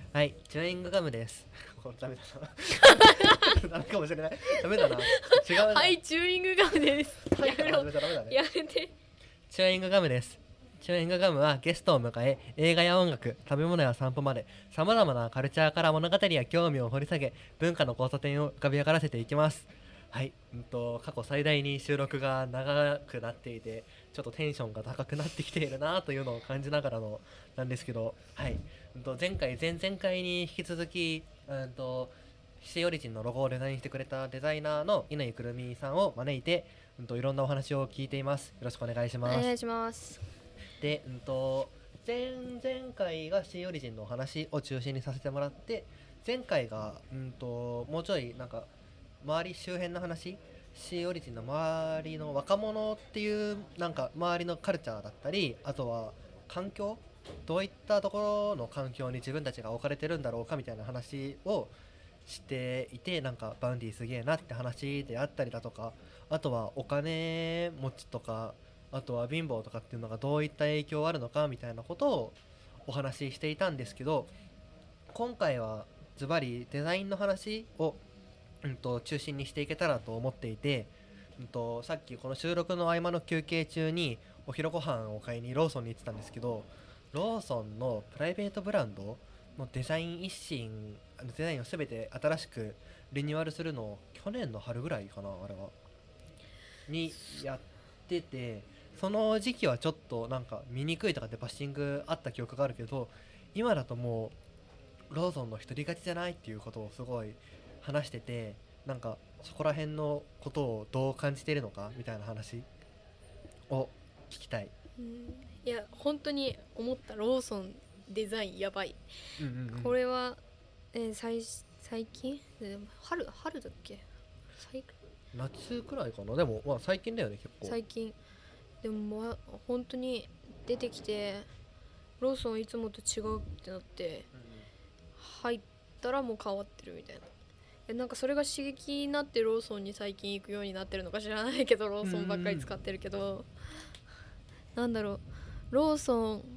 はい、チューイングガムです。これダメだな。ダメかもしれない。ダメだな。違うな。 はい、チューイングガムです。 はいから始めちゃダメだね。 やめて。 チューイングガムです。チューイングガムはゲストを迎え、映画や音楽、食べ物や散歩まで、様々なカルチャーから物語や興味を掘り下げ、文化の交差点を浮かび上がらせていきます。はい、過去最大に収録が長くなっていて、ちょっとテンションが高くなってきているなというのを感じながらのなんですけど、はい、前回前々回に引き続き、シーオリジンのロゴをデザインしてくれたデザイナーの乾くるみさんを招いて、いろんなお話を聞いています。よろしくお願いしおます。 願いします。 で、前々回が C オリジンのお話を中心にさせてもらって、前回が、もうちょいなんか周り周辺の話、 C オリジンの周りの若者っていうなんか周りのカルチャーだったり、あとは環境、どういったところの環境に自分たちが置かれてるんだろうかみたいな話をしていて、なんかバウンディすげえなって話であったりだとか、あとはお金持ちとか、あとは貧乏とかっていうのがどういった影響あるのかみたいなことをお話ししていたんですけど、今回はズバリデザインの話を、中心にしていけたらと思っていて、さっきこの収録の合間の休憩中にお昼ご飯を買いにローソンに行ってたんですけど、ローソンのプライベートブランドのデザイン一新、デザインを全て新しくリニューアルするのを去年の春ぐらいかな、あれはにやってて、その時期はちょっとなんか見にくいとかってバッシングあった記憶があるけど、今だともうローソンの一人勝ちじゃないっていうことをすごい話してて、なんかそこら辺のことをどう感じているのかみたいな話を聞きたい。 いや、本当に思った。ローソンデザインやばい。 うんうんうん。 これは、最近春だっけ。最夏くらいかな。でもまあ最近だよね、結構。 最近でも、本当に出てきて、ローソンいつもと違うってなって、入ったらもう変わってるみたいな。なんかそれが刺激になってローソンに最近行くようになってるのか知らないけど、ローソンばっかり使ってるけど、なんだろう、ローソン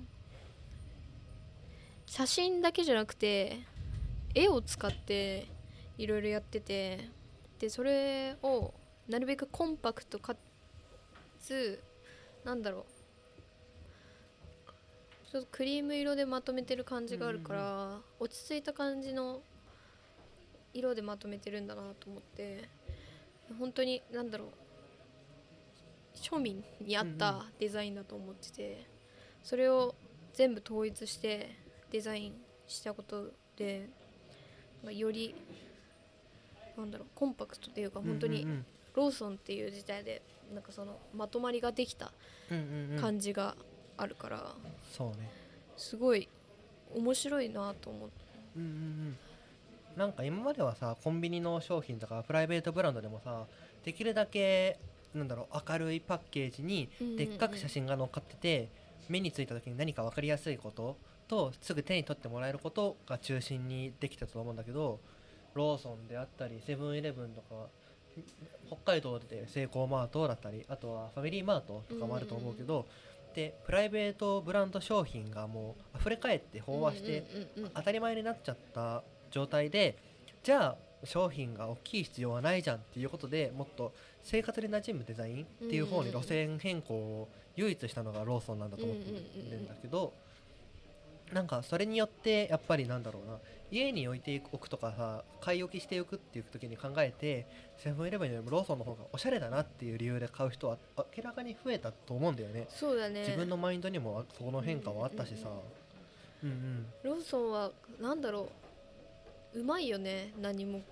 写真だけじゃなくて絵を使っていろいろやってて、でそれをなるべくコンパクトかつ、なんだろう、ちょっとクリーム色でまとめてる感じがあるから、落ち着いた感じの色でまとめてるんだなと思って、本当になんだろう、庶民に合ったデザインだと思ってて、それを全部統一してデザインしたことで、よりなんだろう、コンパクトっていうか、本当にローソンっていう時代でなんかそのまとまりができた感じがあるから、 そうね。 すごい面白いなと思って。 なんか今まではさ、コンビニの商品とかプライベートブランドでもさ、できるだけなんだろう、明るいパッケージにでっかく写真が載っかってて、目についた時に何か分かりやすいこととすぐ手に取ってもらえることが中心にできたと思うんだけど、ローソンであったりセブンイレブンとか、北海道でセイコーマートだったり、あとはファミリーマートとかもあると思うけど、でプライベートブランド商品がもう溢れ返って飽和して当たり前になっちゃった状態で、じゃあ商品が大きい必要はないじゃんっていうことで、もっと生活に馴染むデザインっていう方に路線変更を唯一したのがローソンなんだと思ってるんだけど、なんかそれによってやっぱりなんだろうな、家に置いておくとかさ、買い置きしておくっていう時に考えて、セブンイレブンよりもローソンの方がおしゃれだなっていう理由で買う人は明らかに増えたと思うんだよね。 そうだね。 自分のマインドにもその変化はあったしさ。 ローソンはなんだろう、うまいよね。何も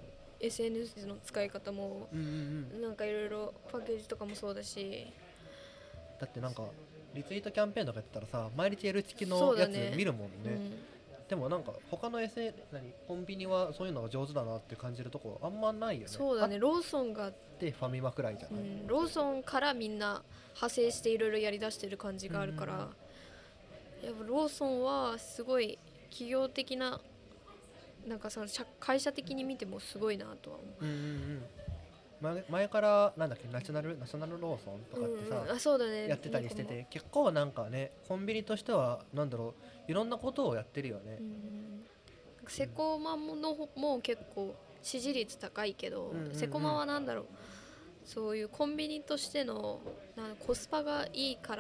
SNS の使い方も、なんかいろいろパッケージとかもそうだし、 だってなんかリツイートキャンペーンとかやってたらさ、毎日 L 付きのやつ見るもんね。でもなんか他の コンビニはそういうのが上手だなって感じるとこあんまないよね。 そうだね。ローソンがでファミマくらいじゃない、 ローソンからみんな派生していろいろやりだしてる感じがあるから、やっぱローソンはすごい企業的な、なんかその会社的に見てもすごいなとは思う。 前からなんだっけ、ナショナルローソンとかってさ、 そうだね、 やってたりしてて、結構なんかね、コンビニとしてはなんだろう、いろんなことをやってるよね。 かセコマの方も結構支持率高いけど、セコマはなんだろう、そういうコンビニとしてのコスパがいいから、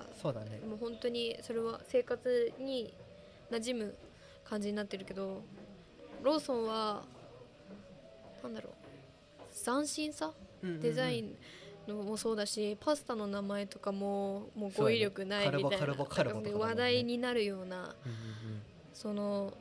そうだね。 もう本当にそれは生活に馴染む感じになってるけど、ローソンはなんだろう、斬新さ、デザインのもそうだし、パスタの名前とかももう語彙力ないみたいな、話題になるような、その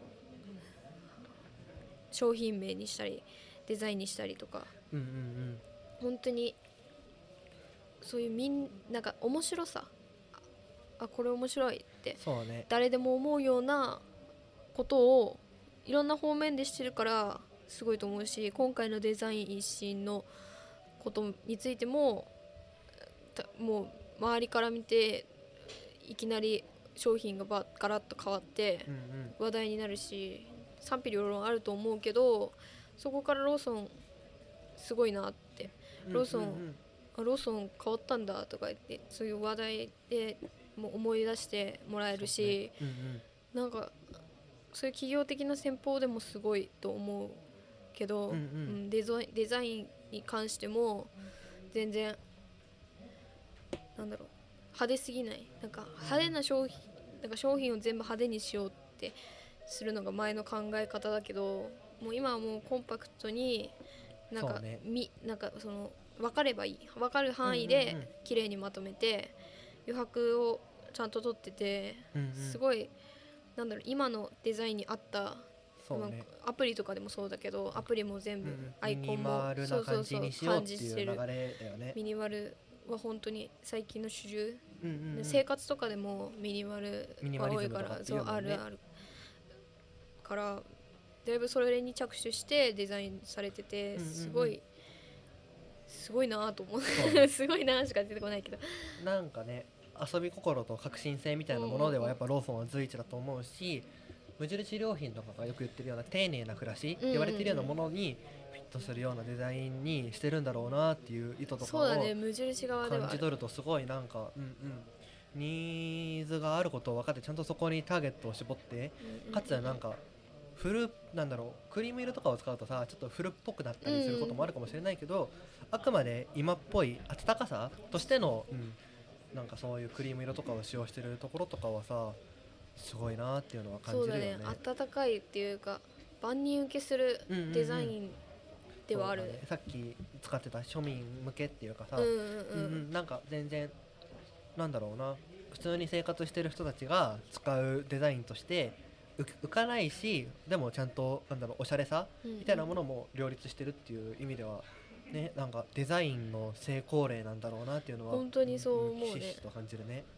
商品名にしたりデザインにしたりとか、本当にそういうなんか面白さ、これ面白いって誰でも思うようなことをいろんな方面でしてるからすごいと思うし、今回のデザイン一新のことについてももう周りから見ていきなり商品がガラッと変わって話題になるし、賛否両論あると思うけど、そこからローソンすごいなって、ローソン変わったんだとか言って、そういう話題でも思い出してもらえるし、なんかそういう企業的な戦法でもすごいと思うけど、デザインに関しても全然なんだろう、派手すぎない、なんか派手な商品を全部派手にしようってするのが前の考え方だけど、もう今はもうコンパクトになんかその分かればいい、分かる範囲で綺麗にまとめて余白をちゃんと取ってて、すごいなんだろう、今のデザインに合った、アプリとかでもそうだけど、アプリも全部アイコンも感じしてる、ミニマルは本当に最近の主流、生活とかでもミニマルが多いから、あるからだいぶそれに着手してデザインされてて、すごいなと思うすごいなしか出てこないけど、 なんかね、遊び心と革新性みたいなものではやっぱローソンは随一だと思うし、無印良品とかがよく言ってるような丁寧な暮らし、言われてるようなものにフィットするようなデザインにしてるんだろうなっていう意図とかを無印側では感じ取ると、すごいなんかニーズがあることを分かって、ちゃんとそこにターゲットを絞って、かつなんかなんだろう、クリーム色とかを使うとさ、ちょっと古っぽくなったりすることもあるかもしれないけど、あくまで今っぽい温かさとしての、なんかそういうクリーム色とかを使用してるところとかはさ、すごいなっていうのは感じるよね。 そうだね、温かいっていうか万人受けするデザインではある、 さっき使ってた庶民向けっていうかさ、なんか全然なんだろうな、普通に生活してる人たちが使うデザインとして浮かないし、でもちゃんとなんだろう、おしゃれさみたいなものも両立してるっていう意味ではね、なんかデザインの成功例なんだろうなっていうのは本当にそう思うね、 ひしひしと感じるね。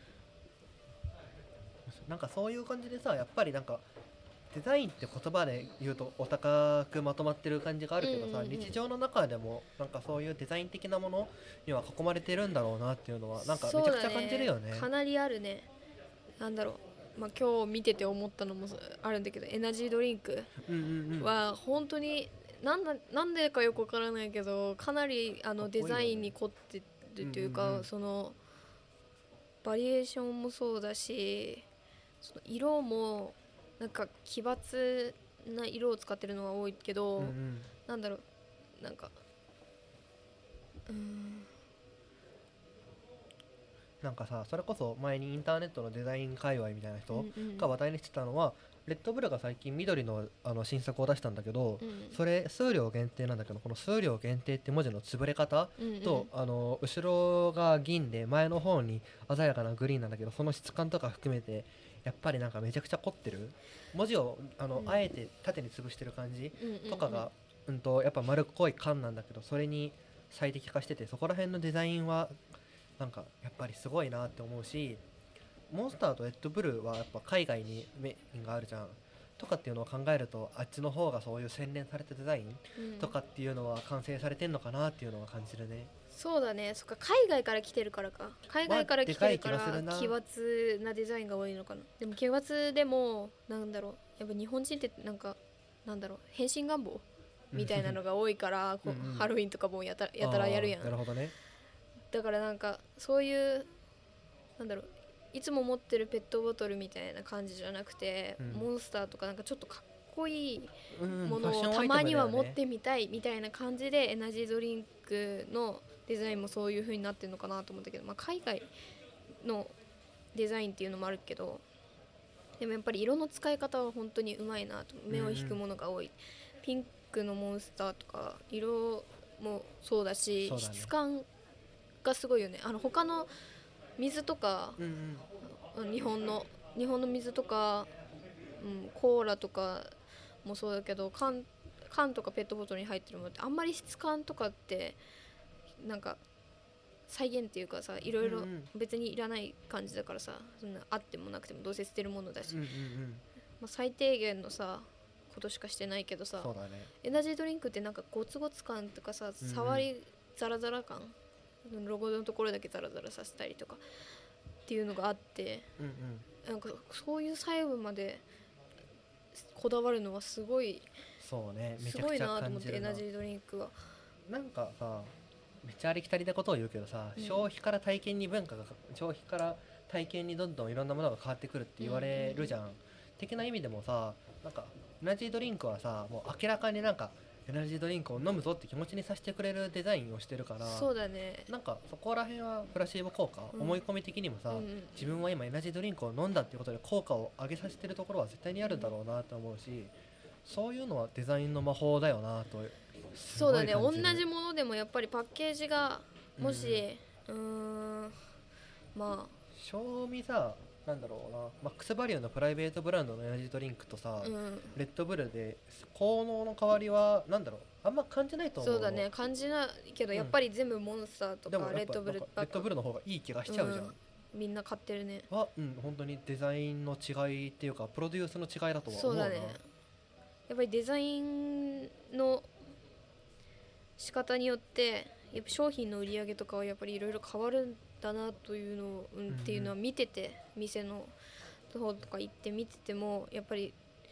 なんかそういう感じでさ、やっぱりなんかデザインって言葉で言うとお高くまとまってる感じがあるけどさ、日常の中でもなんかそういうデザイン的なものには囲まれてるんだろうなっていうのはなんかめちゃくちゃ感じるよね。 かなりあるね。なんだろう、今日見てて思ったのもあるんだけど、エナジードリンクは本当になんでかよくわからないけど、かなりデザインに凝ってるというか、そのバリエーションもそうだし、その色もなんか奇抜な色を使ってるのが多いけど、なんだろう、なんかなんかさ、それこそ前にインターネットのデザイン界隈みたいな人が話題にしてたのは、レッドブルが最近緑の新作を出したんだけど、それ数量限定なんだけど、この数量限定って文字の潰れ方と、後ろが銀で前の方に鮮やかなグリーンなんだけど、その質感とか含めてやっぱりなんかめちゃくちゃ凝ってる、文字をあえて縦に潰してる感じとかが、やっぱ丸っこい缶なんだけど、それに最適化してて、そこら辺のデザインはなんかやっぱりすごいなって思うし、モンスターとレッドブルはやっぱ海外にメインがあるじゃんとかっていうのを考えると、あっちの方がそういう洗練されたデザインとかっていうのは完成されてんのかなっていうのは感じるね。 そうだね、そっか、海外から来てるからか、海外から来てるから奇抜なデザインが多いのかな。でも奇抜でもなんだろう、やっぱ日本人ってなんかなんだろう、変身願望みたいなのが多いからハロウィンとかもやたらやるやん。 なるほどね。 だからなんかそういうなんだろう、いつも持ってるペットボトルみたいな感じじゃなくて、モンスターとかなんかちょっとかっこいいうんものをたまには持ってみたいみたいな感じでエナジードリンクのデザインもそういう風になってるのかなと思ったけど、海外のデザインっていうのもあるけど、でもやっぱり色の使い方は本当にうまいなと。目を引くものが多い、ピンクのモンスターとか色もそうだし、 そうだね、 質感がすごいよね。他の水とか、日本の水とか、コーラとかもそうだけど、缶とかペットボトルに入ってるものってあんまり質感とかってなんか再現っていうかさ、いろいろ別にいらない感じだからさ、そんなあってもなくてもどうせ捨てるものだし、最低限のさことしかしてないけどさ、 そうだね、 エナジードリンクってなんかゴツゴツ感とかさ、触りザラザラ感、ロゴのところだけザラザラさせたりとかっていうのがあって、なんかそういう細部までこだわるのはすごい、 そうね、めちすごいゃくちゃなと思って。 感じるな。 エナジードリンクはなんかさ、めっちゃありきたりなことを言うけどさ、消費から体験に消費から体験にどんどんいろんなものが変わってくるって言われるじゃん、的な意味でもさ、なんかエナジードリンクはさ、もう明らかになんかエナジードリンクを飲むぞって気持ちにさせてくれるデザインをしてるから、 そうだね、 なんかそこら辺はプラシーボ効果、思い込み的にもさ、自分は今エナジードリンクを飲んだっていうことで効果を上げさせてるところは絶対にあるんだろうなと思うし、そういうのはデザインの魔法だよなと。 そうだね、同じものでもやっぱりパッケージがもし、 賞味さ、なんだろうな、マックスバリューのプライベートブランドのエナジードリンクとさ、レッドブルで効能の代わりはなんだろう、あんま感じないと思う。 そうだね、感じないけど、やっぱり全部モンスターとかレッドブルレッドブルの方がいい気がしちゃうじゃん、 みんな買ってるね。 本当にデザインの違いっていうかプロデュースの違いだとは思うな。 そうだね、やっぱりデザインの仕方によってやっぱ商品の売り上げとかはやっぱりいろいろ変わるんだなというのを、っていうのは見てて、店の方とか行って見ててもやっぱり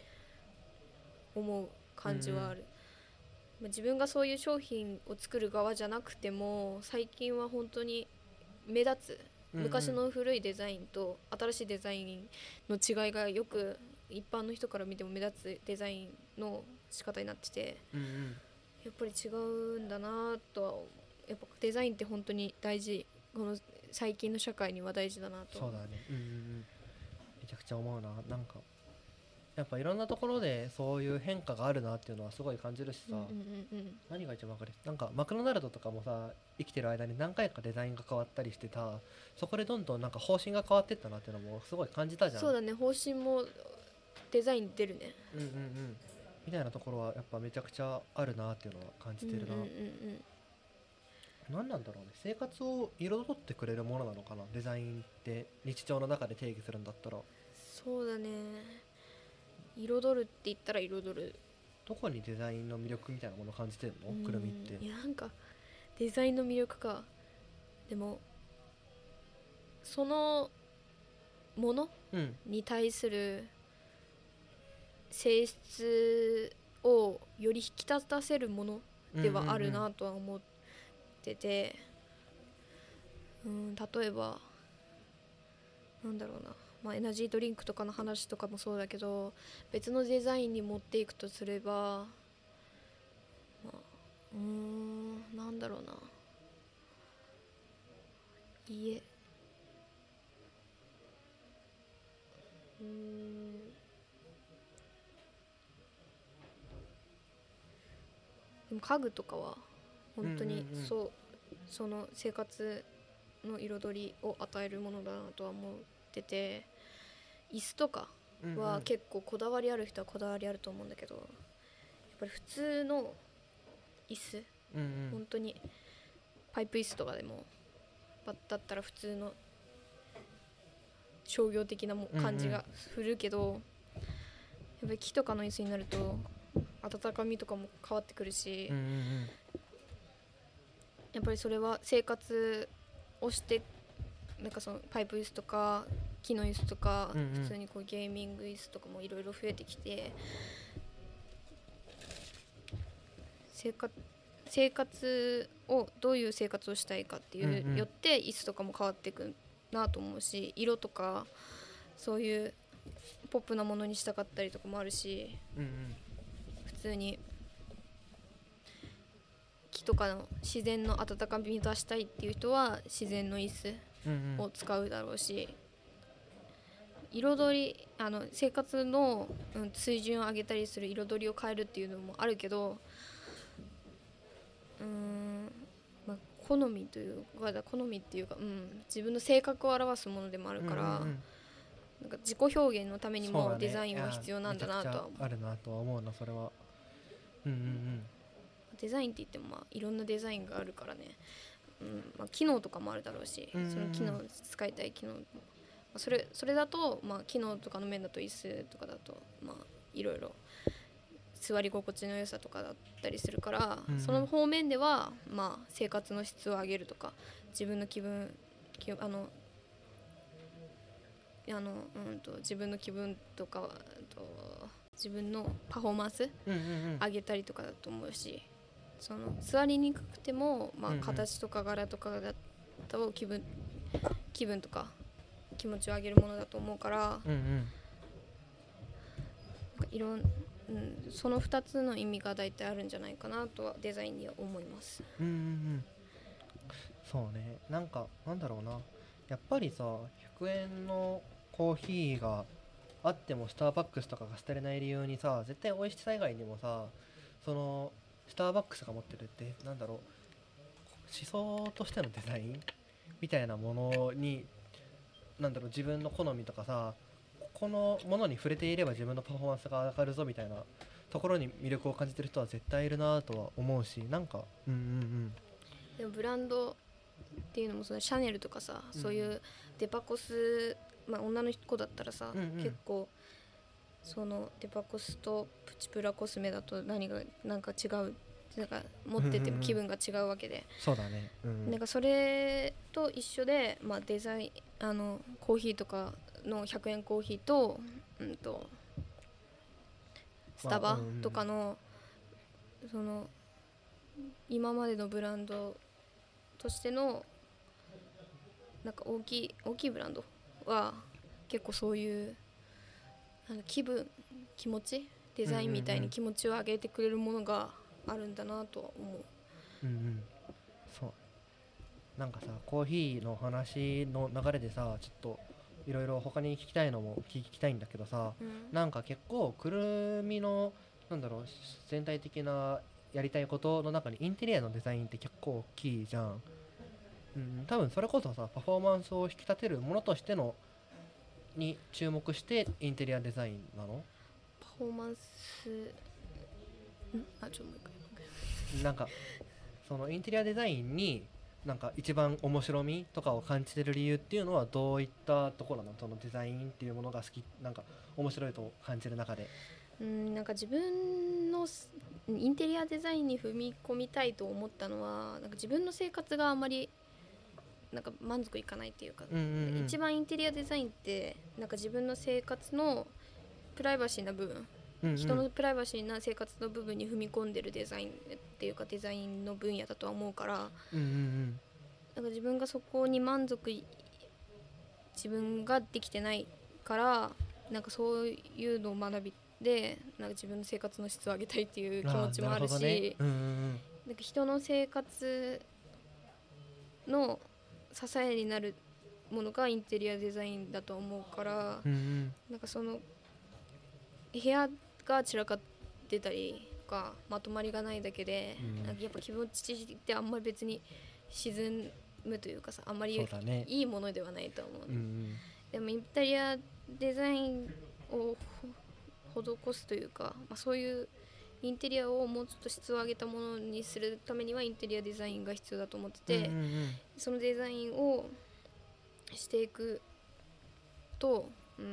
思う感じはある、自分がそういう商品を作る側じゃなくても最近は本当に目立つ、昔の古いデザインと新しいデザインの違いがよく一般の人から見ても目立つデザインの仕方になってて、やっぱり違うんだなとは。やっぱデザインって本当に大事、この最近の社会には大事だなと。 そうだね、めちゃくちゃ思うな。なんかやっぱいろんなところでそういう変化があるなっていうのはすごい感じるしさ、何が一番分かる、なんかマクドナルドとかもさ、生きてる間に何回かデザインが変わったりしてた、そこでどんどんなんか方針が変わってったなっていうのもすごい感じたじゃん。 そうだね、方針もデザイン出るね、 みたいなところはやっぱめちゃくちゃあるなっていうのは感じてるな。何なんだろうね、生活を彩ってくれるものなのかな、デザインって日常の中で定義するんだったら。 そうだね、彩るって言ったら彩る。 どこにデザインの魅力みたいなものを感じてるの、くるみって。 いや、なんかデザインの魅力か。でもそのものに対する性質をより引き立たせるものではあるなとは思ってて、例えばなんだろうな、エナジードリンクとかの話とかもそうだけど、別のデザインに持っていくとすれば、なんだろうな、家、でも家具とかは本当にその生活の彩りを与えるものだなとは思ってて、椅子とかは結構こだわりある人はこだわりあると思うんだけど、やっぱり普通の椅子、本当にパイプ椅子とかでもだったら普通の商業的な感じがするけど、やっぱり木とかの椅子になると温かみとかも変わってくるし、やっぱりそれは生活をしてなんかそのパイプ椅子とか木の椅子とか、普通にこうゲーミング椅子とかもいろいろ増えてきて、生活をどういう生活をしたいかっていうよって椅子とかも変わっていくなと思うし、色とかそういうポップなものにしたかったりとかもあるし、 うんうん普通に木とかの自然の温かみ出したいっていう人は自然の椅子うんうんを使うだろうし、彩り生活の、水準を上げたりする彩りを変えるっていうのもあるけど、まあ、好みっていうか、自分の性格を表すものでもあるから、 うんうんうん、 なんか自己表現のためにそうだね、 もデザインは必要なんだなとは思う。 めちゃくちゃあるなとは思うな、それは。うんうんデザインって言ってもいろんなデザインがあるからね、機能とかもあるだろうし、 うんうんうん、 その機能使いたい機能、それだと、機能とかの面だと椅子とかだといろいろ座り心地の良さとかだったりするから、 うんうん、 その方面では、生活の質を上げるとか自分の気分自分の気分とか自分のパフォーマンス上げたりとかだと思うし、その座りにくくても、形とか柄とかだと気分とか気持ちを上げるものだと思うから、その2つの意味が大体あるんじゃないかなとはデザインには思います。 そうね、なんかなんだろうな、やっぱりさ100円のコーヒーがあってもスターバックスとかが捨てれない理由にさ、絶対美味しさ以外にもさ、そのスターバックスが持ってるってなんだろう、思想としてのデザインみたいなものに、なんだろう、自分の好みとかさ、このものに触れていれば自分のパフォーマンスが上がるぞみたいなところに魅力を感じてる人は絶対いるなとは思うし、なんかでもブランドっていうのも、そのシャネルとかさ、そういうデパコス、女の子だったらさ、結構そのデパコスとプチプラコスメだと何がなんか違う、なんか持ってても気分が違うわけで、 そうだね、 なんかそれと一緒で、デザインコーヒーとかの100円コーヒーと、スタバとかの、その今までのブランドとしてのなんか大きいブランドは結構そういう気持ちデザインみたいに気持ちを上げてくれるものがあるんだなとは思う。 そうなんかさ、コーヒーの話の流れでさ、ちょっといろいろ他に聞きたいのも聞きたいんだけどさ、なんか結構くるみのなんだろう、全体的なやりたいことの中にインテリアのデザインって結構大きいじゃん。多分それこそさ、パフォーマンスを引き立てるものとしてのに注目してインテリアデザインなの？ パフォーマンスもう一回なんかそのインテリアデザインになんか一番面白みとかを感じてる理由っていうのはどういったところなの？そのデザインっていうものが好き、なんか面白いと感じる中で。 なんか自分のインテリアデザインに踏み込みたいと思ったのは、なんか自分の生活があまりなんか満足いかないっていうか、一番インテリアデザインってなんか自分の生活のプライバシーな部分、人のプライバシーな生活の部分に踏み込んでるデザインっていうかデザインの分野だとは思うから、なんか自分がそこに自分ができてないから、なんかそういうのを学びでなんか自分の生活の質を上げたいっていう気持ちもあるし、なんか人の生活の支えになるものがインテリアデザインだと思うから、なんかその部屋が散らかってたりとかまとまりがないだけで、なんかやっぱ気持ちってあんまり別に沈むというかさ、あんまりいいものではないと思う、でもインテリアデザインを施すというか、そういうインテリアをもうちょっと質を上げたものにするためにはインテリアデザインが必要だと思ってて、そのデザインをしていくと、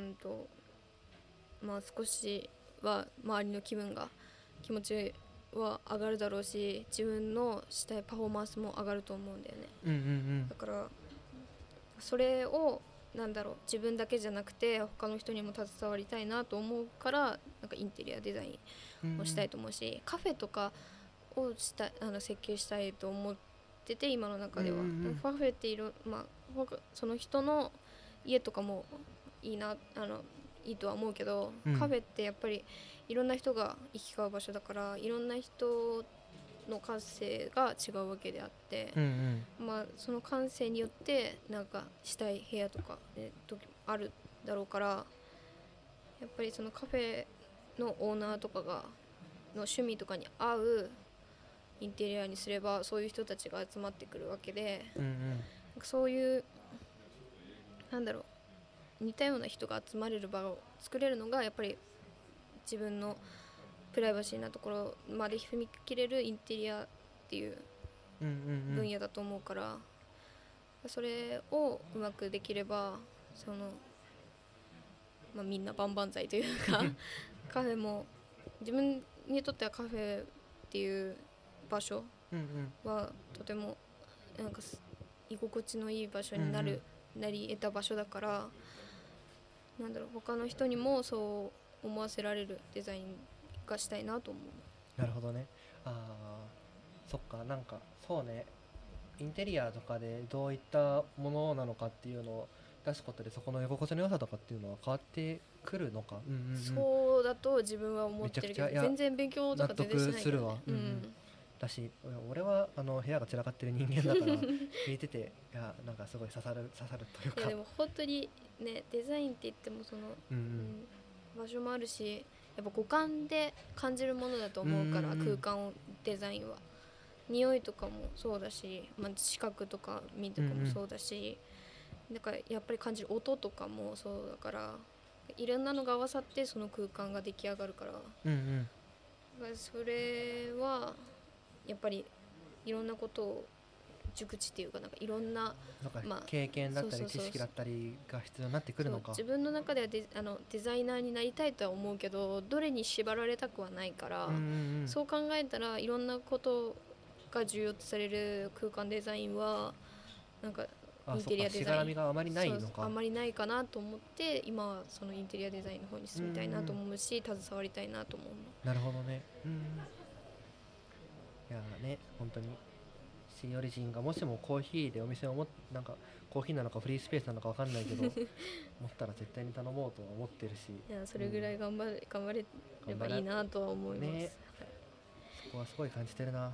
少しは周りの気持ちは上がるだろうし、自分のしたいパフォーマンスも上がると思うんだよね。だからそれを自分だけじゃなくて他の人にも携わりたいなと思うから、なんかインテリアデザインをしたいと思うし、カフェとかを設計したいと思ってて、今の中では、カフェってその人の家とかもいいいいとは思うけど、 うんカフェってやっぱりいろんな人が行き交う場所だから、いろんな人の感性が違うわけであって、 うんまあその感性によってなんかしたい部屋とか、時もあるだろうから、やっぱりそのカフェのオーナーとかがの趣味とかに合うインテリアにすれば、そういう人たちが集まってくるわけで、 うんうんなんかそういうなんだろう、似たような人が集まれる場を作れるのがやっぱり自分のプライバシーなところまで踏み切れるインテリアっていううんうん分野だと思うから、それをうまくできればその、まあ、みんな万々歳というかカフェも自分にとってはカフェっていう場所うんうんはとてもなんか居心地のいい場所になり得た場所だから、なんだろう、他の人にもそう思わせられるデザインがしたいなと思う。 なるほどね。ああ、そっか、なんかそうね、インテリアとかでどういったものなのかっていうのを出すことで、そこの居心地の良さとかっていうのは変わってくるのか。うんうんうん。 そうだと自分は思ってるけど、 めちゃくちゃいや全然勉強とか全然してないけど、ね、 納得するわうんうんだし、俺は部屋が散らかってる人間だから聞いてて、いやなんかすごい刺さるというか。 いやでも本当にね、デザインって言ってもその、 うん場所もあるし、やっぱ五感で感じるものだと思うから、空間をデザインは匂いとかもそうだし、まあ、視覚とか見とかもそうだし、だからやっぱり感じる音とかもそうだから、いろんなのが合わさってその空間が出来上がるから、 うんうんだからそれはやっぱりいろんなことを熟知っていうか、なんかいろんな、 なんかまあ経験だったりそうそうそうそう知識だったりが必要になってくるのか。 自分の中ではデザイナーになりたいとは思うけど、どれに縛られたくはないから、 うんうんうん、 そう考えたらいろんなことが重要とされる空間デザインはなんかインテリアデしザインがらみがあまりないのか。 あんまりないかなと思って、今はそのインテリアデザインの方に進みたいなと思うし、携わりたいなと思う。 なるほどね。いやね、本当にシーオリジンがもしもコーヒーでお店をなんかコーヒーなのかフリースペースなのか分かんないけど持ったら絶対に頼もうとは思ってるし、 いやそれぐらい頑張れればいいなとは思います、 ね、そこはすごい感じてるな。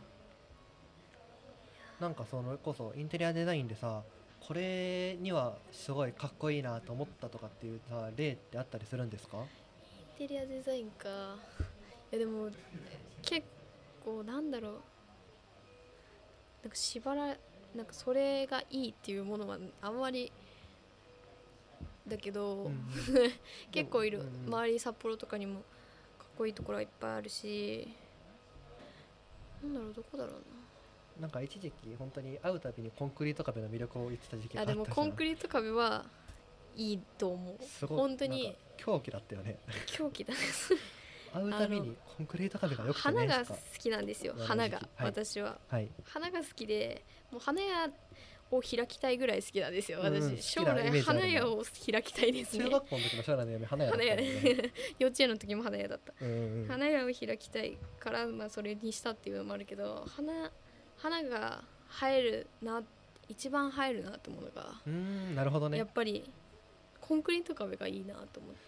なんかそれこそインテリアデザインでさ、これにはすごいかっこいいなと思ったとかっていうさ例ってあったりするんですか？ インテリアデザインか。いやでも結構なんだろう、なんかなんかそれがいいっていうものはあんまりだけど、結構いる、周り札幌とかにもかっこいいところはいっぱいあるし、なんだろう、どこだろうな。 なんか一時期本当に会うたびにコンクリート壁の魅力を言ってた時期があったじゃん。 でもコンクリート壁はいいと思う。 すごい本当に狂気だったよね。 狂気だ会うたびにコンクリート壁が良くてね、 花が好きなんですよ。花が、 はい、 私は、 はい、 花が好きで、もう花屋を開きたいぐらい好きなんですよ私、将来花屋を開きたいですね。 中学校の時の将来の夢花屋だったもんね。 幼稚園の時も花屋だった、花屋を開きたいから、まあ、それにしたっていうのもあるけど、花が映えるな、一番映えるなと思うのが、 なるほどね、 やっぱりコンクリート壁がいいなと思って、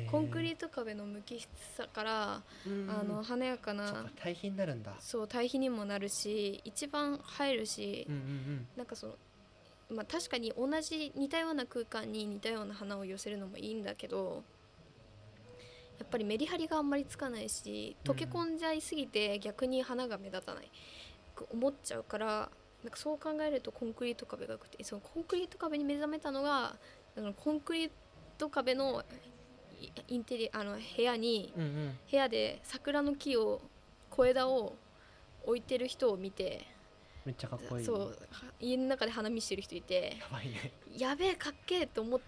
コンクリート壁の無機質さから華やかな対比になるんだ。 そう対比にもなるし、一番映えるし、なんかそのまあ確かに似たような空間に似たような花を寄せるのもいいんだけど、やっぱりメリハリがあんまりつかないし、溶け込んじゃいすぎて逆に花が目立たない思っちゃうから、なんかそう考えるとコンクリート壁が良くて、そのコンクリート壁に目覚めたのがコンクリート壁のインテリ部屋に、部屋で桜の木を小枝を置いてる人を見て、 めっちゃかっこいい。 そう家の中で花見してる人いて、 やばいね、 やべえかっけえと思って、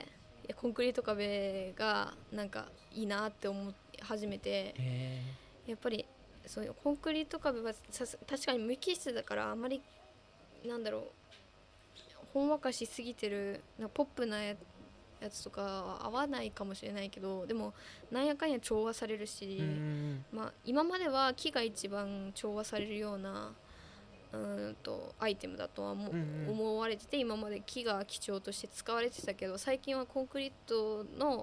コンクリート壁がなんかいいなって思い始めて、やっぱりそういうコンクリート壁は確かに無機質だから、あんまりなんだろう、ほんわかしすぎてるポップなやつとかは合わないかもしれないけど、でもなんやかんや調和されるし、まあ、今までは木が一番調和されるようなアイテムだとは思われてて、今まで木が基調として使われてたけど、最近はコンクリートの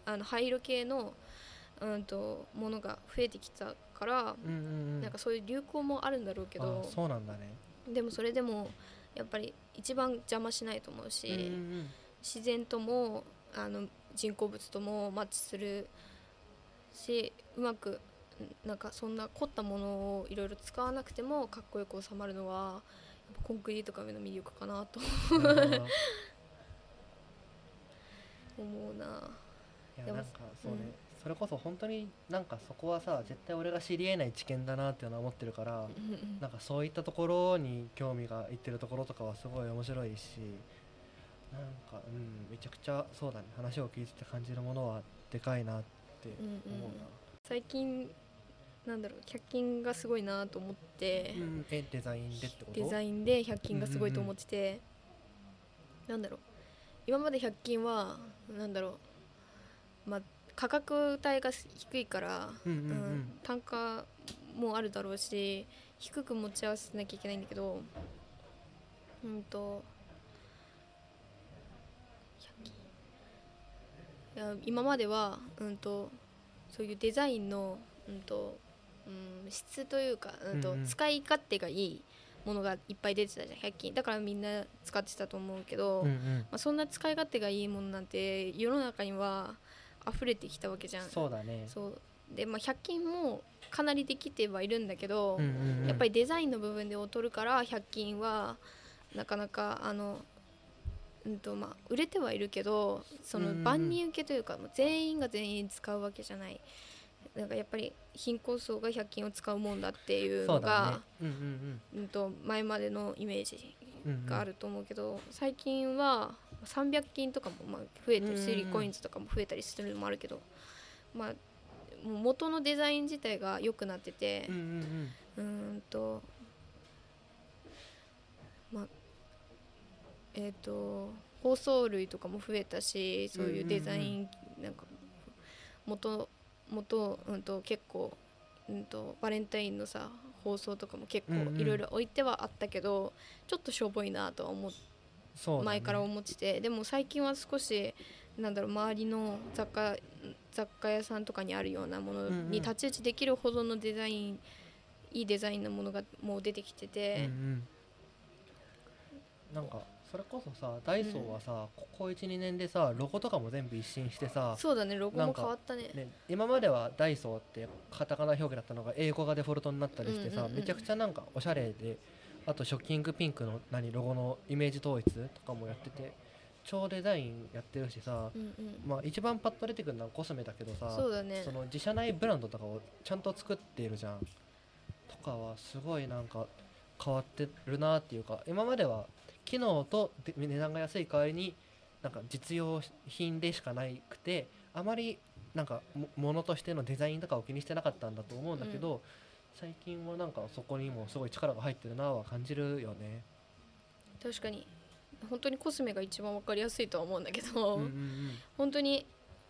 灰色系の、ものが増えてきたから、 うんうんうんなんかそういう流行もあるんだろうけど、 そうなんだね。 でもそれでもやっぱり一番邪魔しないと思うし、 うんうんうん、 自然とも人工物ともマッチするし、うまくなんかそんな凝ったものをいろいろ使わなくてもかっこよく収まるのはやっぱコンクリート壁の魅力かなとなるほど。 思うな。でもいやなんかそうね、それこそ本当になんかそこはさ絶対俺が知り得ない知見だなっていうのは思ってるから、なんかそういったところに興味がいってるところとかはすごい面白いし、なんかめちゃくちゃそうだね、話を聞いてて感じるものはでかいなって思うな。 最近なんだろう、100均がすごいなと思って、 デザインでってこと？ デザインで100均がすごいと思ってて、なんだろう、今まで100均はなんだろう、まあ価格帯が低いから、単価もあるだろうし低く持ち合わせなきゃいけないんだけど、いや今までは、そういうデザインの、質というか、使い勝手がいいものがいっぱい出てたじゃん、100均だからみんな使ってたと思うけど、そんな使い勝手がいいものなんて世の中には溢れてきたわけじゃん。 そうだね。 そうで、100均もかなりできてはいるんだけど、やっぱりデザインの部分で劣るから100均はなかなか売れてはいるけど、その万人受けというか、全員が全員使うわけじゃない。なんかやっぱり貧困層が100均を使うもんだっていうのが前までのイメージがあると思うけど、最近は300均とかも増えてる、3COINS とかも増えたりするのもあるけど、もう元のデザイン自体が良くなってて、包装類とかも増えたし、そういうデザインなんか結構、バレンタインのさ包装とかも結構いろいろ置いてはあったけど、ちょっとしょぼいなとは前から思ってて、でも最近は少し周りの雑貨屋さんとかにあるようなものに太刀打ちできるほどのデザイン、いいデザインのものがもう出てきてて、 なんかそれこそさ、ダイソーはさ、ここ 1,2 年でさロゴとかも全部一新してさ、 そうだね、ロゴも変わったね。 今まではダイソーってカタカナ表記だったのが英語がデフォルトになったりしてさ、めちゃくちゃなんかおしゃれで、あとショッキングピンクのロゴのイメージ統一とかもやってて超デザインやってるしさ、一番パッと出てくるのはコスメだけどさ、 そうだね、 その自社内ブランドとかをちゃんと作っているじゃんとかはすごいなんか変わってるなっていうか、今までは機能と値段が安い代わりになんか実用品でしかなくて、あまりなんか物としてのデザインとかを気にしてなかったんだと思うんだけど、最近はなんかそこにもすごい力が入ってるなは感じるよね。 確かに本当にコスメが一番分かりやすいとは思うんだけど、本当に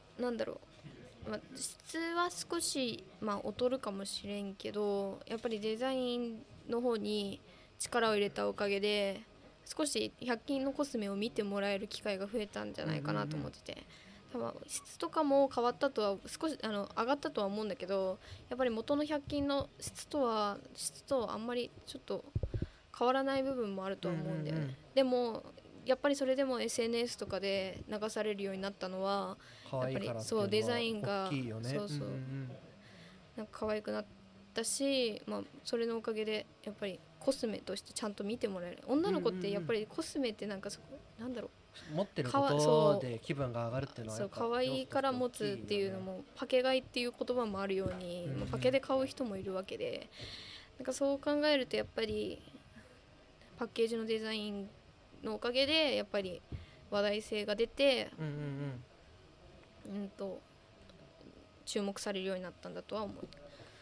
質は少し劣るかもしれんけど、やっぱりデザインの方に力を入れたおかげで少し100均のコスメを見てもらえる機会が増えたんじゃないかなと思ってて、多分質とかも変わったとは少し上がったとは思うんだけど、やっぱり元の100均の質とあんまりちょっと変わらない部分もあるとは思うんだよね。でもやっぱりそれでも SNS とかで流されるようになったのはやっぱりそうデザインがなんか可愛くなったし、それのおかげでやっぱりコスメとしてちゃんと見てもらえる。女の子ってやっぱりコスメってなんか持ってることで気分が上がるっていうのはやっぱ可愛いから持つっていうのも、パケ買いっていう言葉もあるように、パケで買う人もいるわけで、なんかそう考えるとやっぱりパッケージのデザインのおかげでやっぱり話題性が出て、注目されるようになったんだとは思う。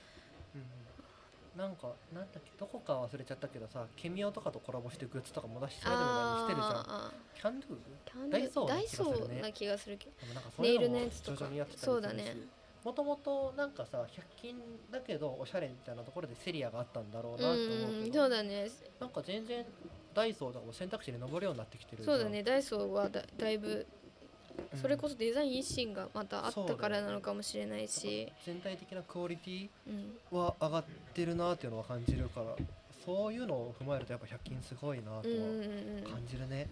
なんだっけ、どこか忘れちゃったけどさ、ケミオとかとコラボしてグッズとかも出し始めたりしてるじゃん。キャンドゥダイソーな気がするけど、ネイルのやつとかそうだね。もともとなんかさ100均だけどおしゃれみたいなところでセリアがあったんだろうなと思うけど、 そうだね、 なんか全然ダイソーとかも選択肢に上るようになってきてる。 そうだね、ダイソーはだいぶそれこそデザイン一心がまたあったからなのかもしれないし、 全体的なクオリティうんは上がってるなっていうのは感じるから、そういうのを踏まえるとやっぱ100均すごいなとはうんうんうん感じるね。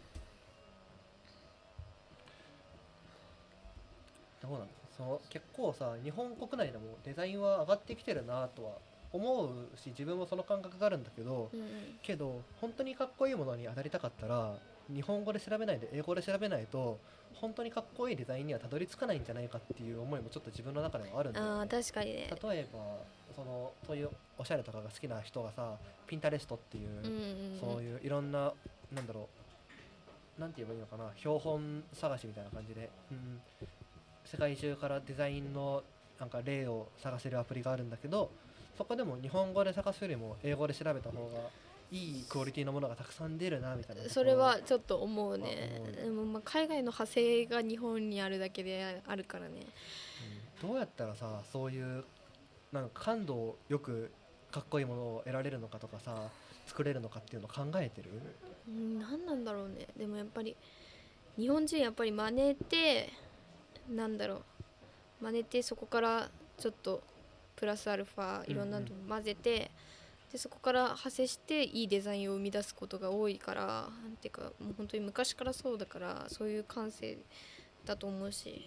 どうなの、結構さ日本国内でもデザインは上がってきてるなとは思うし、自分もその感覚があるんだけど、 うんうんけど本当にかっこいいものに当たりたかったら日本語で調べないで英語で調べないと本当にかっこいいデザインにはたどり着かないんじゃないかっていう思いもちょっと自分の中ではあるんだよああね。 確かにね。 例えばそういうおしゃれとかが好きな人がさ、ピンタレストっていう、 うんうんうんそういういろんな、なんだろう、なんて言えばいいのかな、標本探しみたいな感じで、世界中からデザインのなんか例を探せるアプリがあるんだけど、そこでも日本語で探すよりも英語で調べた方がいいクオリティのものがたくさん出るなみたいなところそれはちょっと思うね。 思うでもまあ海外の派生が日本にあるだけであるからね。 どうやったらさ、そういうなんか感度よくかっこいいものを得られるのかとかさ、作れるのかっていうのを考えてる？ 何なんだろうね。でもやっぱり日本人やっぱり真似て、なんだろう、真似てそこからちょっとプラスアルファいろんなの混ぜて、でそこから派生していいデザインを生み出すことが多いから、なんていうかもう本当に昔からそうだから、そういう感性だと思うし、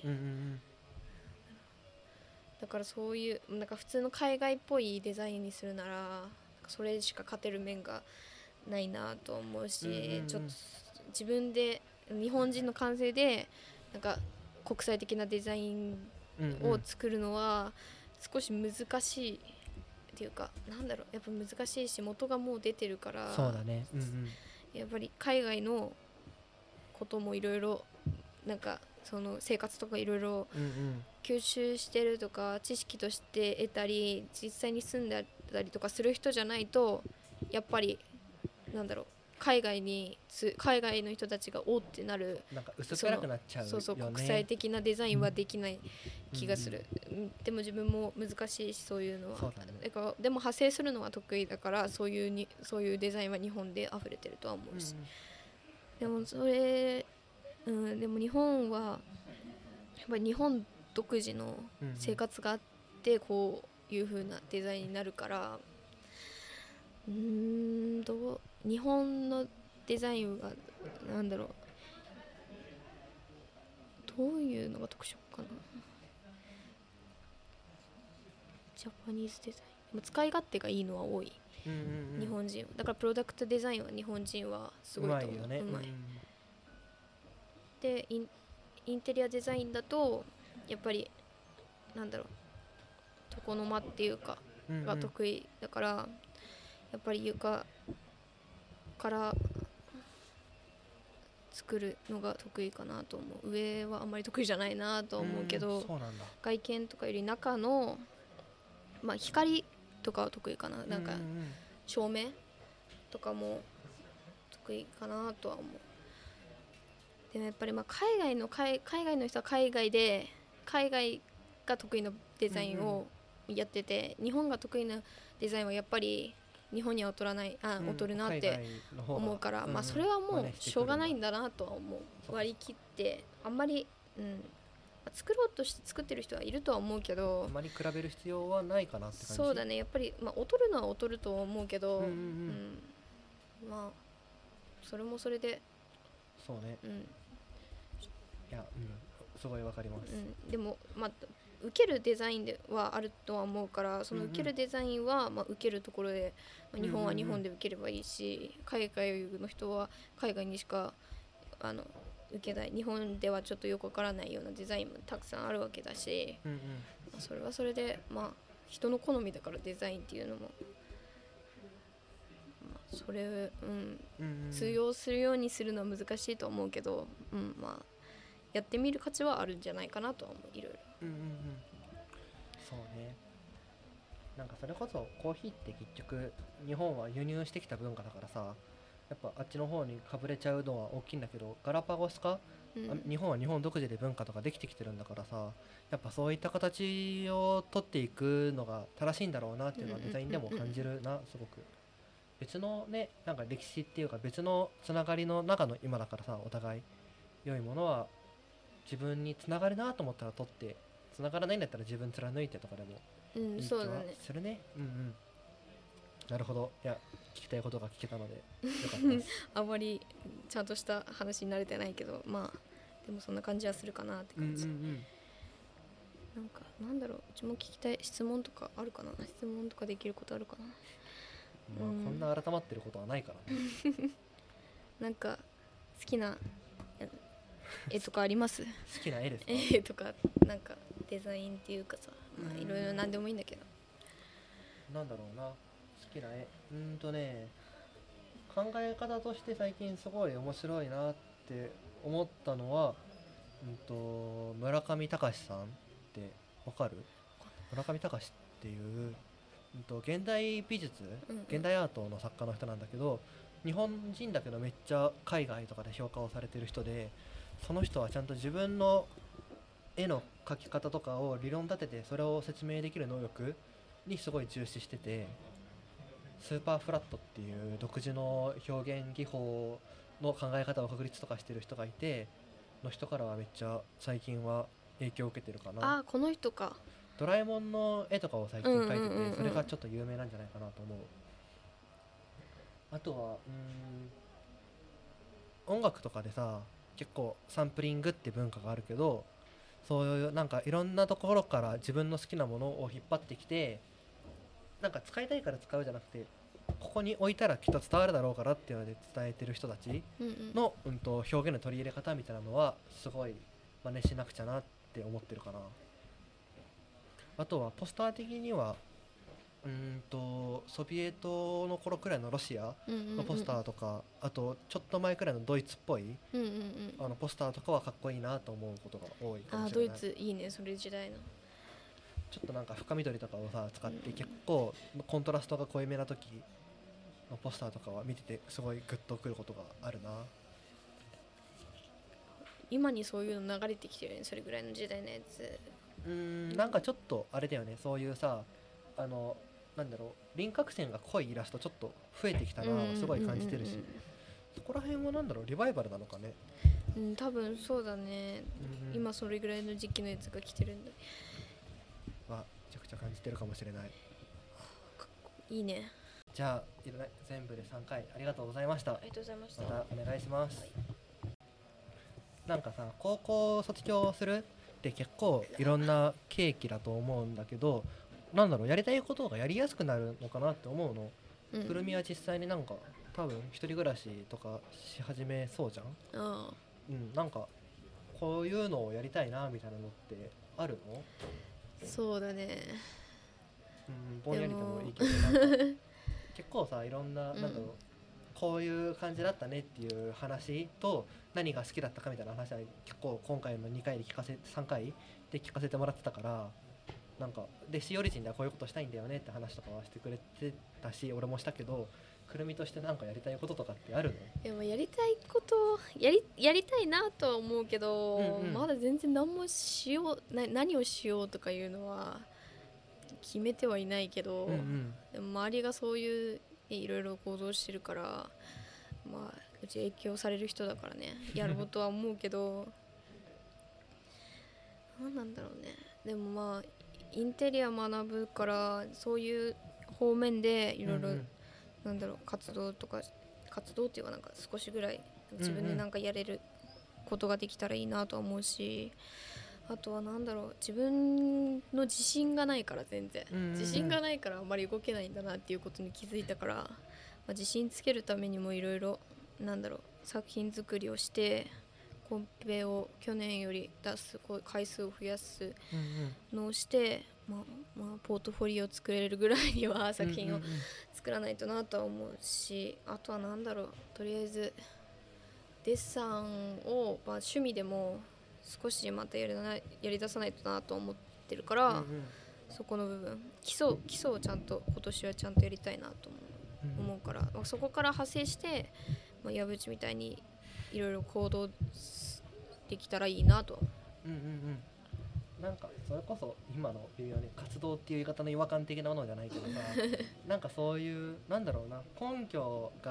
だからそういうなんか普通の海外っぽいデザインにするならそれしか勝てる面がないなと思うし、ちょっと自分で日本人の感性でなんか国際的なデザインを作るのは少し難しいっていうか、なんだろう、やっぱ難しいし元がもう出てるから、 そうだね、 やっぱり海外のこともいろいろなんかその生活とかいろいろ吸収してるとか知識として得たり実際に住んでたりとかする人じゃないと、やっぱりなんだろう、海外の人たちがおってなる、 なんか薄っぺらくなっちゃうよね。 そう国際的なデザインはできない気がする、でも自分も難しいしそういうのは。 そうだね。 だからでも派生するのは得意だから、そういうデザインは日本で溢れてるとは思うし、でもそれ、でも日本はやっぱり日本独自の生活があってこういう風なデザインになるから、日本のデザインはなんだろう、どういうのが特色かな。ジャパニーズデザインでも使い勝手がいいのは多い、日本人だからプロダクトデザインは日本人はすごいと思う。 うまいよね。 うまい。でインテリアデザインだとやっぱりなんだろう、床の間っていうかが得意だから、やっぱり床から作るのが得意かなと思う。上はあんまり得意じゃないなと思うけど、 そうなんだ。 外見とかより中の、光とかは得意かな。なんか照明とかも得意かなとは思う。でもやっぱり海外の人は海外が得意なデザインをやってて、日本が得意なデザインはやっぱり日本には劣るなって思うから、それはもうしょうがないんだなとは思う。割り切ってあんまり、作ろうとして作ってる人はいるとは思うけど、 あまり比べる必要はないかなって感じ。 そうだね、やっぱり、劣るのは劣ると思うけど、それもそれでそうね、いや、すごいわかります、 でも受けるデザインではあるとは思うから、その受けるデザインは、受けるところで、日本は日本で受ければいいし、海外の人は海外にしか受けない、日本ではちょっとよくわからないようなデザインもたくさんあるわけだし、それはそれで人の好みだからデザインっていうのも、それ通用するようにするのは難しいと思うけど、やってみる価値はあるんじゃないかなとは思う、いろいろ。 そうね。なんかそれこそコーヒーって結局日本は輸入してきた文化だからさ、やっぱあっちの方にかぶれちゃうのは大きいんだけど、ガラパゴスか、日本は日本独自で文化とかできてきてるんだからさ、やっぱそういった形を取っていくのが正しいんだろうなっていうのはデザインでも感じるな、すごく。別のね、なんか歴史っていうか別のつながりの中の今だからさ、お互い良いものは自分につながるなと思ったら取って、つながらないんだったら自分貫いてとかでもうんいい気はそうだね。 するね。うんうん。なるほど。いや、聞きたいことが聞けたのでよかったです。 あまりちゃんとした話に慣れてないけど、まあでもそんな感じはするかなってうんうんう感じ。 ん。 なんかなんだろう、うちも聞きたい質問とかあるかな。質問とかできることあるかな。 まあ、こんな改まってることはないからね。 なんか好きな絵とかあります好きな絵ですか？ 絵とかなんかデザインっていうかさ、まあ、いろいろ何でもいいんだけど。 なんだろうな、好きな絵。考え方として最近すごい面白いなって思ったのは、村上隆さんってわかる？村上隆っていう、現代美術、 うんうん現代アートの作家の人なんだけど、日本人だけどめっちゃ海外とかで評価をされてる人で、その人はちゃんと自分の絵の描き方とかを理論立ててそれを説明できる能力にすごい重視してて、スーパーフラットっていう独自の表現技法の考え方を確立とかしてる人がいて、の人からはめっちゃ最近は影響を受けてるかな。 あ、この人か。 ドラえもんの絵とかを最近描いてうんうんうんうんて、それがちょっと有名なんじゃないかなと思う。あとは音楽とかでさ、結構サンプリングって文化があるけど、そういうなんかいろんなところから自分の好きなものを引っ張ってきて、なんか使いたいから使うじゃなくて、ここに置いたらきっと伝わるだろうからっていうので伝えてる人たちうんうんの、表現の取り入れ方みたいなのはすごい真似しなくちゃなって思ってるかな。あとはポスター的にはソビエトの頃くらいのロシアうんうんうんのポスターとか、あとちょっと前くらいのドイツっぽいうんうんうん。 ポスターとかはかっこいいなと思うことが多いかもあ、 しれない。 ドイツいいね、それ時代の。 ちょっとなんか深緑とかをさ使ってうん結構コントラストが濃いめな時のポスターとかは見ててすごいグッとくることがあるな。 今にそういうの流れてきてるよね、それぐらいの時代のやつ。 なんかちょっとあれだよね、そういうさ、なんだろう、輪郭線が濃いイラストちょっと増えてきたなすごい感じてるし、そこら辺はなんだろう、リバイバルなのかね。 うん、多分そうだね。今それぐらいの時期のやつが来てるんだ。 はめちゃくちゃ感じてるかもしれない。 いいね。 じゃあ全部で3回ありがとうございました。 ありがとうございました。 またお願いします。なんかさ、高校卒業するって結構いろんな契機だと思うんだけど、なんだろう、やりたいことがやりやすくなるのかなって思うの。 うんくるみは実際になんか多分一人暮らしとかし始めそうじゃん。 ああ、 なんかこういうのをやりたいなみたいなのってあるの？ そうだね。 ぼんやりでもいいけど、なんか結構さ、いろんな、なんだろう、こういう感じだったねっていう話と何が好きだったかみたいな話は結構今回の2回で3回で聞かせてもらってたから、なんかでシーオリジンではこういうことしたいんだよねって話とかはしてくれてたし、俺もしたけど、くるみとしてなんかやりたいこととかってあるの？ でもやりたいことやりたいなとは思うけど、 うんうんまだ全然何もしよう何をしようとかいうのは決めてはいないけど、でも周りがそういういろいろ行動してるから、まあうち影響される人だからね、やろうとは思うけど何なんだろうね。でもまあインテリア学ぶからそういう方面でいろいろなんだろう、活動っていうか、なんか少しぐらい自分でなんかやれることができたらいいなとは思うし、あとはなんだろう、自分の自信がないから全然、自信がないからあんまり動けないんだなっていうことに気づいたから、まあ、自信つけるためにもいろいろなんだろう、作品作りをしてコンペを去年より出す回数を増やすのをして、まあポートフォリオを作れるぐらいには作品を作らないとなとは思うし、あとはなんだろう、とりあえずデッサンを、まあ、趣味でも少しまたやり出さないとなと思ってるから、そこの部分基礎をちゃんと今年はちゃんとやりたいなと思うから、まあ、そこから派生して、まあ、矢渕みたいにいろいろ行動できたらいいなと。 なんかそれこそ今の微妙に活動っていう言い方の違和感的なものじゃないけどさなんかそういうなんだろうな、根拠が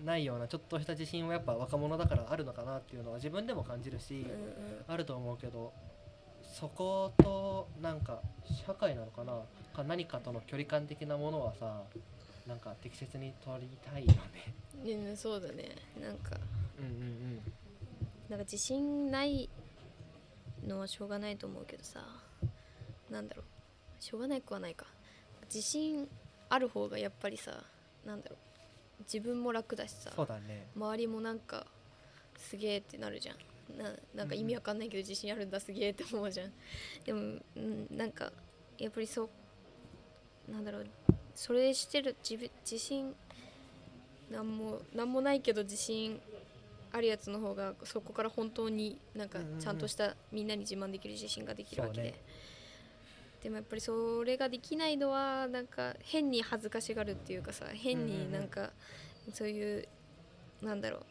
ないようなちょっとした自信はやっぱ若者だからあるのかなっていうのは自分でも感じるし、あると思うけど、そことなんか社会なのかな何かとの距離感的なものはさ、なんか適切に取りたいよね。 うん、そうだね。なんかうんうんうん。 なんか自信ないのはしょうがないと思うけどさ、なんだろう、しょうがないくはないか。自信ある方がやっぱりさ、なんだろう、自分も楽だしさ、 そうだね。 周りもなんかすげえってなるじゃん。なんか意味わかんないけど自信あるんだすげえって思うじゃん。でも、なんかやっぱりなんだろう、それしてる自信なんもないけど自信あるやつの方がそこから本当になんかちゃんとしたみんなに自慢できる自信ができるわけで、 そうね。 でもやっぱりそれができないのはなんか変に恥ずかしがるっていうかさ、変になんかそういうなんだろう、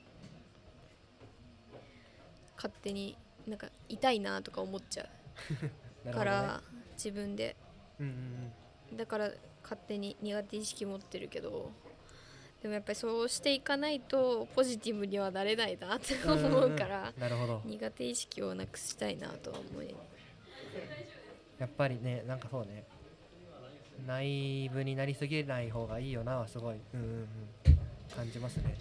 勝手になんか痛いなとか思っちゃうから、自分で、だから勝手に苦手意識持ってるけど、でもやっぱりそうしていかないとポジティブにはなれないなって思うから、 なるほど。 苦手意識をなくしたいなとは思い。 やっぱりね、なんかそうね、ナイーブになりすぎない方がいいよなはすごい、感じますね。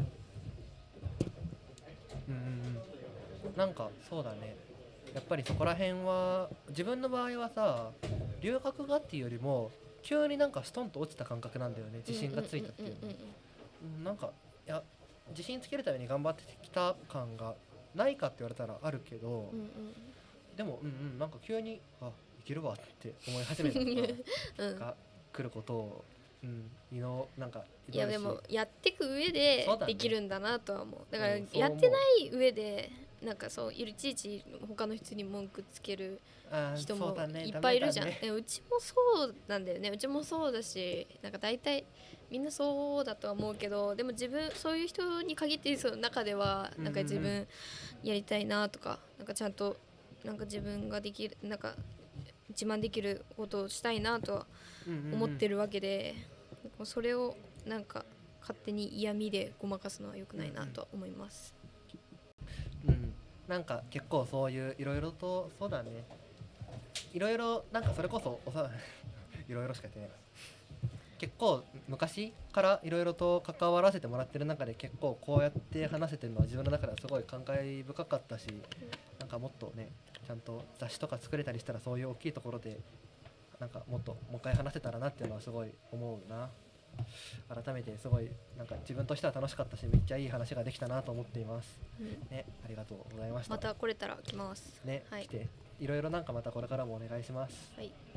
なんかそうだね、やっぱりそこら辺は自分の場合はさ、留学がっていうよりも急になんかストンと落ちた感覚なんだよね、自信がついたっていうの。なんかいや、自信つけるために頑張ってきた感がないかって言われたらあるけど、でもなんか急にいけるわって思い始めたことが来ることを、なんかいやでもやっていく上でできるんだなとは思う。だからやってない上でなんかそういちいち他の人に文句つける人もいっぱいいるじゃん。うちもそうなんだよね。うちもそうだし、なんか大体みんなそうだとは思うけど、でも自分そういう人に限ってその中ではなんか自分やりたいなとか、なんかちゃんとなんか自分ができる、なんか自慢できることをしたいなとは思ってるわけで、それをなんか勝手に嫌味でごまかすのは良くないなとは思います。 なんか結構そういういろいろと、そうだね、いろいろなんかそれこそいろいろしか言ってない、結構昔からいろいろと関わらせてもらってる中で結構こうやって話せてるのは自分の中ではすごい感慨深かったし、なんかもっとねちゃんと雑誌とか作れたりしたらそういう大きいところでなんかもう一回話せたらなっていうのはすごい思うな。改めてすごいなんか自分としては楽しかったし、めっちゃいい話ができたなと思っています、ね。ありがとうございました。 また来れたら来ますね、来ていろいろなんかまたこれからもお願いします。 はい。